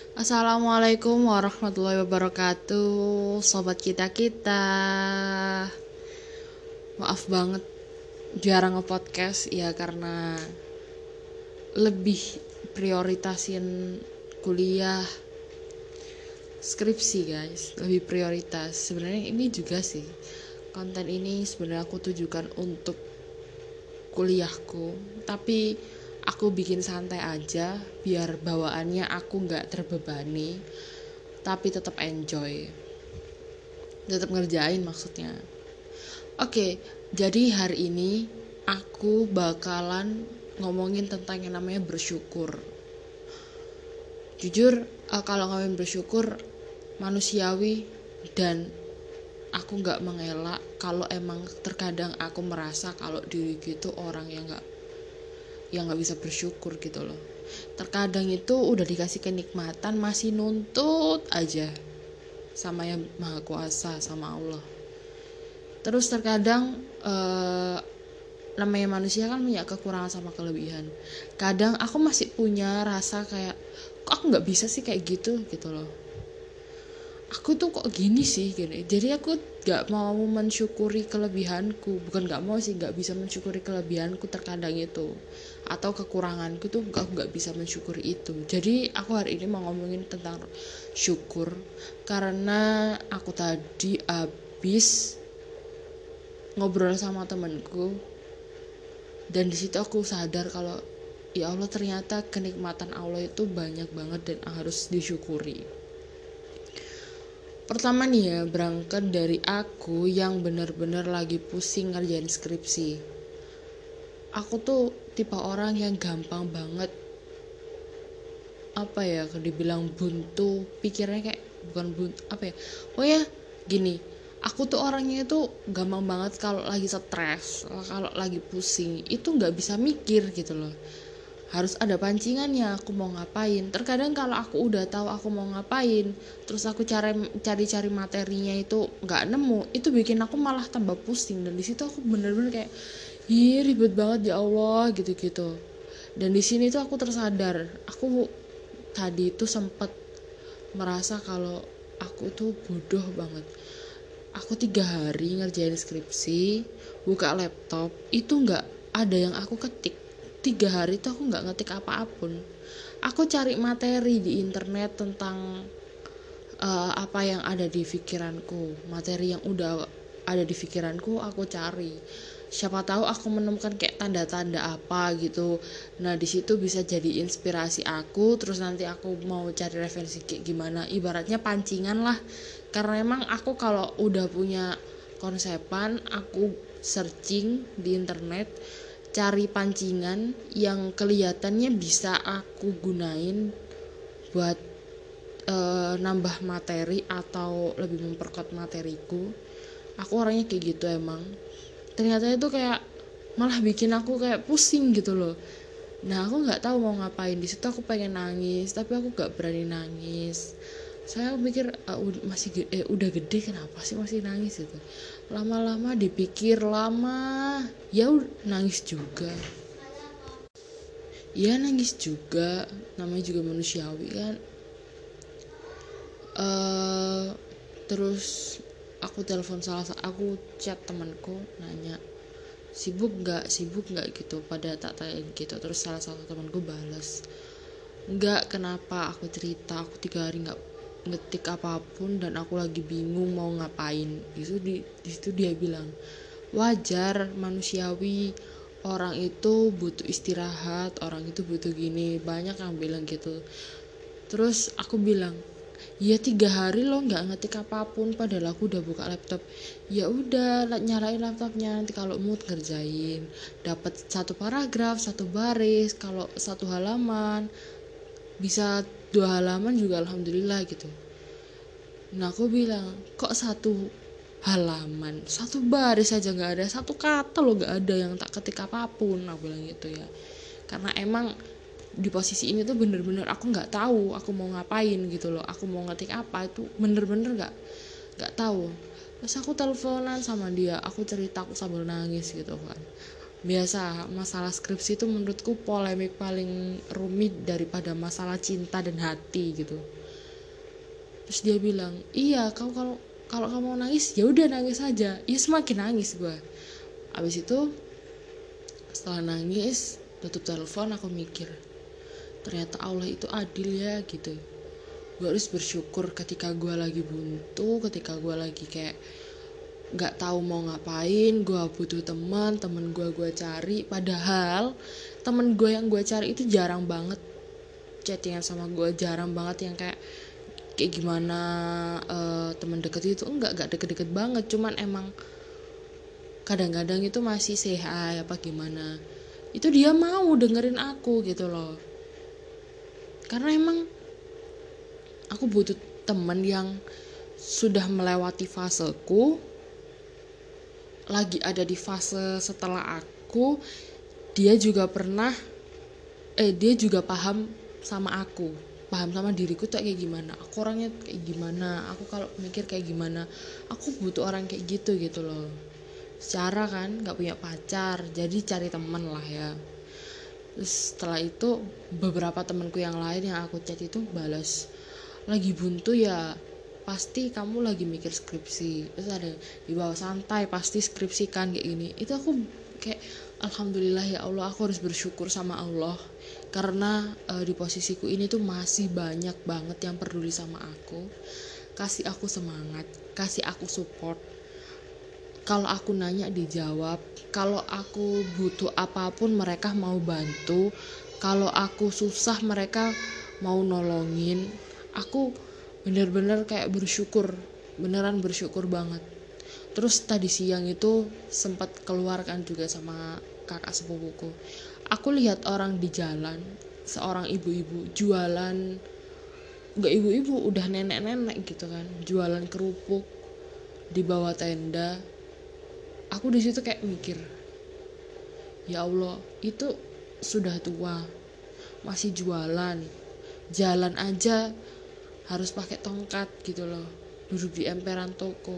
Assalamualaikum warahmatullahi wabarakatuh, sobat kita. Maaf banget jarang nge-podcast ya karena lebih prioritasin kuliah, skripsi guys, lebih prioritas. Sebenarnya ini juga sih. Konten ini sebenarnya aku tujukan untuk kuliahku, tapi aku bikin santai aja biar bawaannya aku nggak terbebani, tapi tetap enjoy, tetap ngerjain maksudnya. Oke, jadi hari ini aku bakalan ngomongin tentang yang namanya bersyukur. Jujur, kalau ngomongin bersyukur manusiawi, dan aku nggak mengelak kalau emang terkadang aku merasa kalau diriku itu orang yang nggak bisa bersyukur gitu loh. Terkadang itu udah dikasih kenikmatan masih nuntut aja sama yang maha kuasa, sama Allah. Terus terkadang namanya manusia kan punya kekurangan sama kelebihan. Kadang aku masih punya rasa kayak, kok aku nggak bisa sih kayak gitu loh. Aku tuh kok gini sih gini. Jadi aku nggak mau mensyukuri kelebihanku. Bukan nggak mau sih, nggak bisa mensyukuri kelebihanku terkadang itu, atau kekuranganku tuh aku nggak bisa mensyukuri itu. Jadi aku hari ini mau ngomongin tentang syukur karena aku tadi abis ngobrol sama temanku, dan di situ aku sadar kalau ya Allah, ternyata kenikmatan Allah itu banyak banget dan harus disyukuri. Pertama nih ya, berangkat dari aku yang bener-bener lagi pusing ngerjain skripsi. Aku tuh tipe orang yang gampang banget, apa ya, dibilang buntu pikirnya, kayak bukan buntu, apa ya, oh ya gini, aku tuh orangnya itu gampang banget kalau lagi stres, kalau lagi pusing itu nggak bisa mikir gitu loh. Harus ada pancingannya aku mau ngapain. Terkadang kalau aku udah tahu aku mau ngapain, terus aku cari materinya itu nggak nemu, itu bikin aku malah tambah pusing. Dan di situ aku bener-bener kayak, ih ribet banget ya Allah, gitu-gitu. Dan di sini tuh aku tersadar, aku tadi itu sempat merasa kalau aku tuh bodoh banget. Aku 3 hari ngerjain skripsi, buka laptop itu nggak ada yang aku ketik. 3 hari itu aku nggak ngetik apa-apun. Aku cari materi di internet tentang apa yang ada di pikiranku, materi yang udah ada di pikiranku aku cari. Siapa tahu aku menemukan kayak tanda-tanda apa gitu. Nah di situ bisa jadi inspirasi aku, terus nanti aku mau cari referensi kayak gimana, ibaratnya pancingan lah. Karena emang aku kalau udah punya konsepan, aku searching di internet, cari pancingan yang kelihatannya bisa aku gunain buat nambah materi atau lebih memperkuat materiku. Aku orangnya kayak gitu emang. Ternyata itu kayak malah bikin aku kayak pusing gitu loh. Nah aku nggak tahu mau ngapain. Di situ aku pengen nangis tapi aku nggak berani nangis. Saya mikir udah gede kenapa sih masih nangis gitu. Lama-lama dipikir lama, ya nangis juga. Ya nangis juga, namanya juga manusiawi kan. Terus aku chat temanku nanya, sibuk nggak gitu, pada tak tanya gitu. Terus salah satu temanku balas, nggak, kenapa. Aku cerita aku 3 hari nggak ngetik apapun dan aku lagi bingung mau ngapain. Di situ dia bilang, wajar, manusiawi, orang itu butuh istirahat, orang itu butuh gini, banyak yang bilang gitu. Terus aku bilang, ya 3 hari lo nggak ngetik apapun padahal aku udah buka laptop. Ya udah, nyalain laptopnya, nanti kalau mood ngerjain, dapat 1 paragraf 1 baris, kalau 1 halaman bisa 2 halaman juga alhamdulillah gitu. Nah aku bilang, kok 1 halaman 1 baris aja nggak ada 1 kata lo, nggak ada yang tak ketik apapun, aku bilang gitu ya. Karena emang di posisi ini tuh bener-bener aku nggak tahu aku mau ngapain gitu loh. Aku mau ngetik apa itu bener-bener nggak tahu. Terus aku teleponan sama dia, aku cerita, aku sambil nangis gitu kan. Biasa, masalah skripsi itu menurutku polemik paling rumit daripada masalah cinta dan hati gitu. Terus dia bilang, iya kamu kalau kamu mau nangis ya udah nangis aja. Ya semakin nangis gue. Abis itu setelah nangis tutup telepon, aku mikir ternyata Allah itu adil ya gitu. Gue harus bersyukur ketika gue lagi buntu, ketika gue lagi kayak nggak tahu mau ngapain, gue butuh temen gue cari. Padahal temen gue yang gue cari itu jarang banget chattingan sama gue, jarang banget yang kayak gimana teman deket itu, enggak deket-deket banget, cuman emang kadang-kadang itu masih say hi apa gimana, itu dia mau dengerin aku gitu loh. Karena emang aku butuh temen yang sudah melewati faseku, lagi ada di fase setelah aku, dia juga dia juga paham sama aku, paham sama diriku tuh kayak gimana, aku orangnya kayak gimana, aku kalau mikir kayak gimana. Aku butuh orang kayak gitu loh. Secara kan nggak punya pacar, jadi cari teman lah ya. Terus setelah itu beberapa temanku yang lain yang aku chat itu balas, lagi buntu ya pasti kamu lagi mikir skripsi. Terus ada di bawah santai pasti skripsi kan kayak gini. Itu aku kayak alhamdulillah ya Allah, aku harus bersyukur sama Allah karena di posisiku ini tuh masih banyak banget yang peduli sama aku, kasih aku semangat, kasih aku support. Kalau aku nanya dijawab, kalau aku butuh apapun mereka mau bantu, kalau aku susah mereka mau nolongin. Aku bener-bener kayak bersyukur, beneran bersyukur banget. Terus tadi siang itu sempat keluarkan juga sama kakak sepupuku. Aku lihat orang di jalan, seorang ibu-ibu jualan, nggak ibu-ibu, udah nenek-nenek gitu kan, jualan kerupuk di bawah tenda. Aku di situ kayak mikir, ya Allah, itu sudah tua, masih jualan, jalan aja harus pakai tongkat gitu loh, duduk di emperan toko.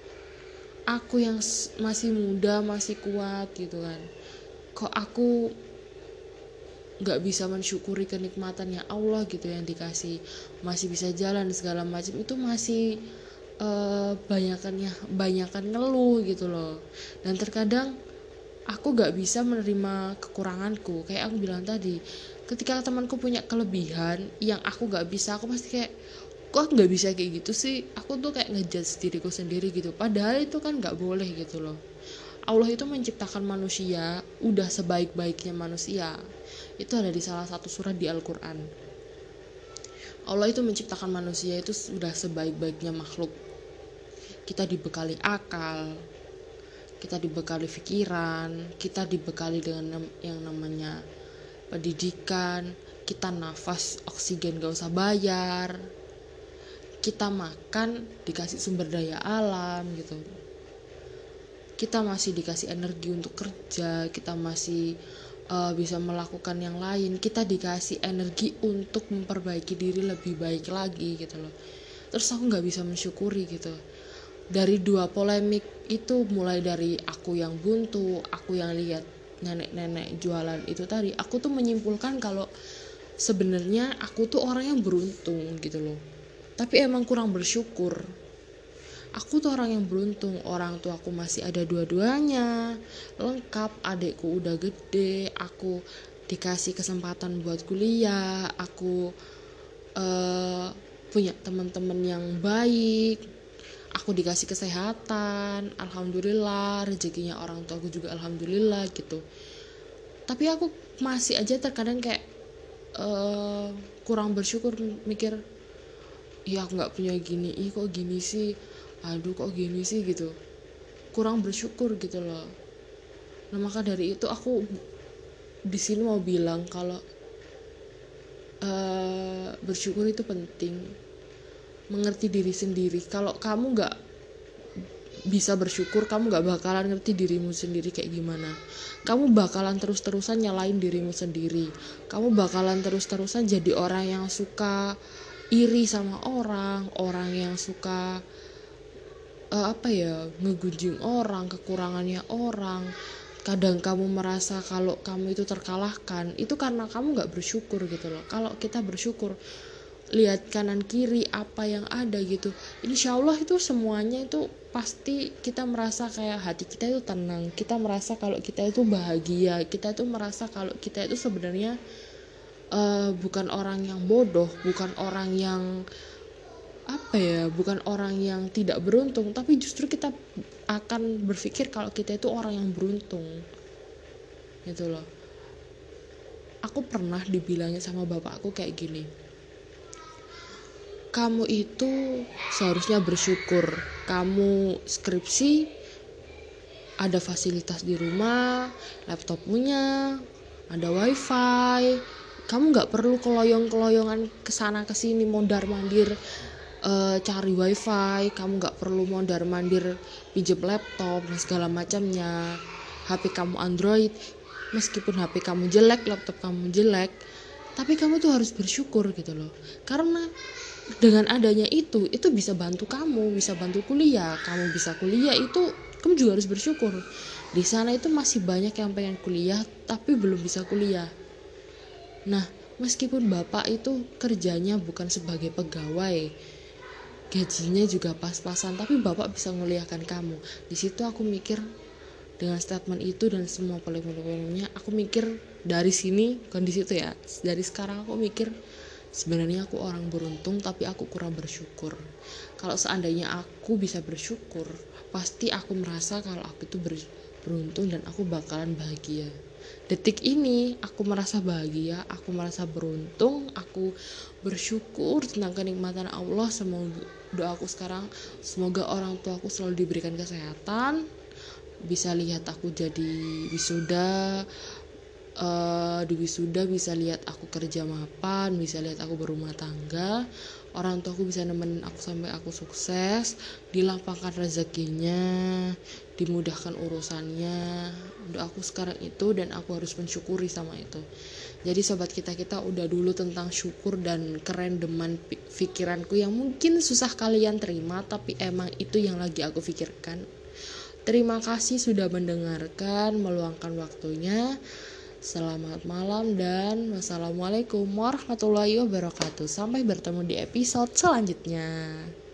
Aku yang masih muda, masih kuat gitu kan, kok aku nggak bisa mensyukuri kenikmatan ya Allah gitu yang dikasih, masih bisa jalan segala macam. Itu masih banyakan ngeluh gitu loh. Dan terkadang aku gak bisa menerima kekuranganku. Kayak aku bilang tadi, ketika temanku punya kelebihan yang aku gak bisa, aku pasti kayak, kok aku gak bisa kayak gitu sih. Aku tuh kayak ngejudge diriku sendiri gitu, padahal itu kan gak boleh gitu loh. Allah itu menciptakan manusia udah sebaik-baiknya manusia. Itu ada di salah satu surat di Al-Quran. Allah itu menciptakan manusia itu sudah sebaik-baiknya makhluk. Kita dibekali akal, kita dibekali pikiran, kita dibekali dengan yang namanya pendidikan, kita nafas oksigen gak usah bayar, kita makan dikasih sumber daya alam gitu, kita masih dikasih energi untuk kerja, kita masih bisa melakukan yang lain, kita dikasih energi untuk memperbaiki diri lebih baik lagi gitu loh. Terus aku gak bisa mensyukuri gitu. Dari dua polemik itu, mulai dari aku yang buntu, aku yang lihat nenek-nenek jualan itu tadi, aku tuh menyimpulkan kalau sebenarnya aku tuh orang yang beruntung gitu loh. Tapi emang kurang bersyukur. Aku tuh orang yang beruntung, orang tua aku masih ada dua-duanya, lengkap, adekku udah gede, aku dikasih kesempatan buat kuliah, aku punya teman-teman yang baik, aku dikasih kesehatan, alhamdulillah, rezekinya orang tua aku juga alhamdulillah gitu. Tapi aku masih aja terkadang kayak kurang bersyukur, mikir, ya aku nggak punya gini, kok gini sih, aduh kok gini sih gitu, kurang bersyukur gitu loh. Nah maka dari itu aku di sini mau bilang kalau bersyukur itu penting, mengerti diri sendiri. Kalau kamu gak bisa bersyukur, kamu gak bakalan ngerti dirimu sendiri kayak gimana. Kamu bakalan terus-terusan nyalain dirimu sendiri, kamu bakalan terus-terusan jadi orang yang suka iri sama orang yang suka ngegunjing orang, kekurangannya orang. Kadang kamu merasa kalau kamu itu terkalahkan, itu karena kamu gak bersyukur gitu loh. Kalau kita bersyukur, lihat kanan kiri apa yang ada gitu, insya Allah itu semuanya itu pasti kita merasa kayak hati kita itu tenang, kita merasa kalau kita itu bahagia, kita itu merasa kalau kita itu sebenarnya bukan orang yang bodoh, bukan orang yang bukan orang yang tidak beruntung, tapi justru kita akan berpikir kalau kita itu orang yang beruntung gitu loh. Aku pernah dibilangin sama bapakku kayak gini, kamu itu seharusnya bersyukur, kamu skripsi ada fasilitas di rumah, laptop punya, ada wifi, kamu gak perlu keloyong-keloyongan kesana kesini mondar mandir cari wifi, kamu gak perlu mondar mandir pinjam laptop dan segala macamnya. HP kamu Android, meskipun HP kamu jelek, laptop kamu jelek, tapi kamu tuh harus bersyukur gitu loh, karena dengan adanya itu bisa bantu kamu, bisa bantu kuliah, kamu bisa kuliah itu kamu juga harus bersyukur. Di sana itu masih banyak yang pengen kuliah tapi belum bisa kuliah. Nah, meskipun bapak itu kerjanya bukan sebagai pegawai, gajinya juga pas-pasan, tapi bapak bisa nguliahkan kamu. Di situ aku mikir, dengan statement itu dan semua polemik-polemiknya, aku mikir dari sini, bukan di situ ya, dari sekarang aku mikir sebenarnya aku orang beruntung tapi aku kurang bersyukur. Kalau seandainya aku bisa bersyukur, pasti aku merasa kalau aku itu beruntung dan aku bakalan bahagia. Detik ini aku merasa bahagia, aku merasa beruntung, aku bersyukur tentang kenikmatan Allah. Semoga doaku sekarang, semoga orang tua aku selalu diberikan kesehatan, bisa lihat aku jadi wisuda, di wisuda bisa lihat aku kerja mapan, bisa lihat aku berumah tangga, orang tuaku bisa nemenin aku sampai aku sukses, dilapangkan rezekinya, dimudahkan urusannya. Doaku sekarang itu dan aku harus mensyukuri sama itu. Jadi sobat kita udah dulu tentang syukur dan kerendeman pikiranku yang mungkin susah kalian terima, tapi emang itu yang lagi aku pikirkan. Terima kasih sudah mendengarkan, meluangkan waktunya. Selamat malam dan wassalamualaikum warahmatullahi wabarakatuh. Sampai bertemu di episode selanjutnya.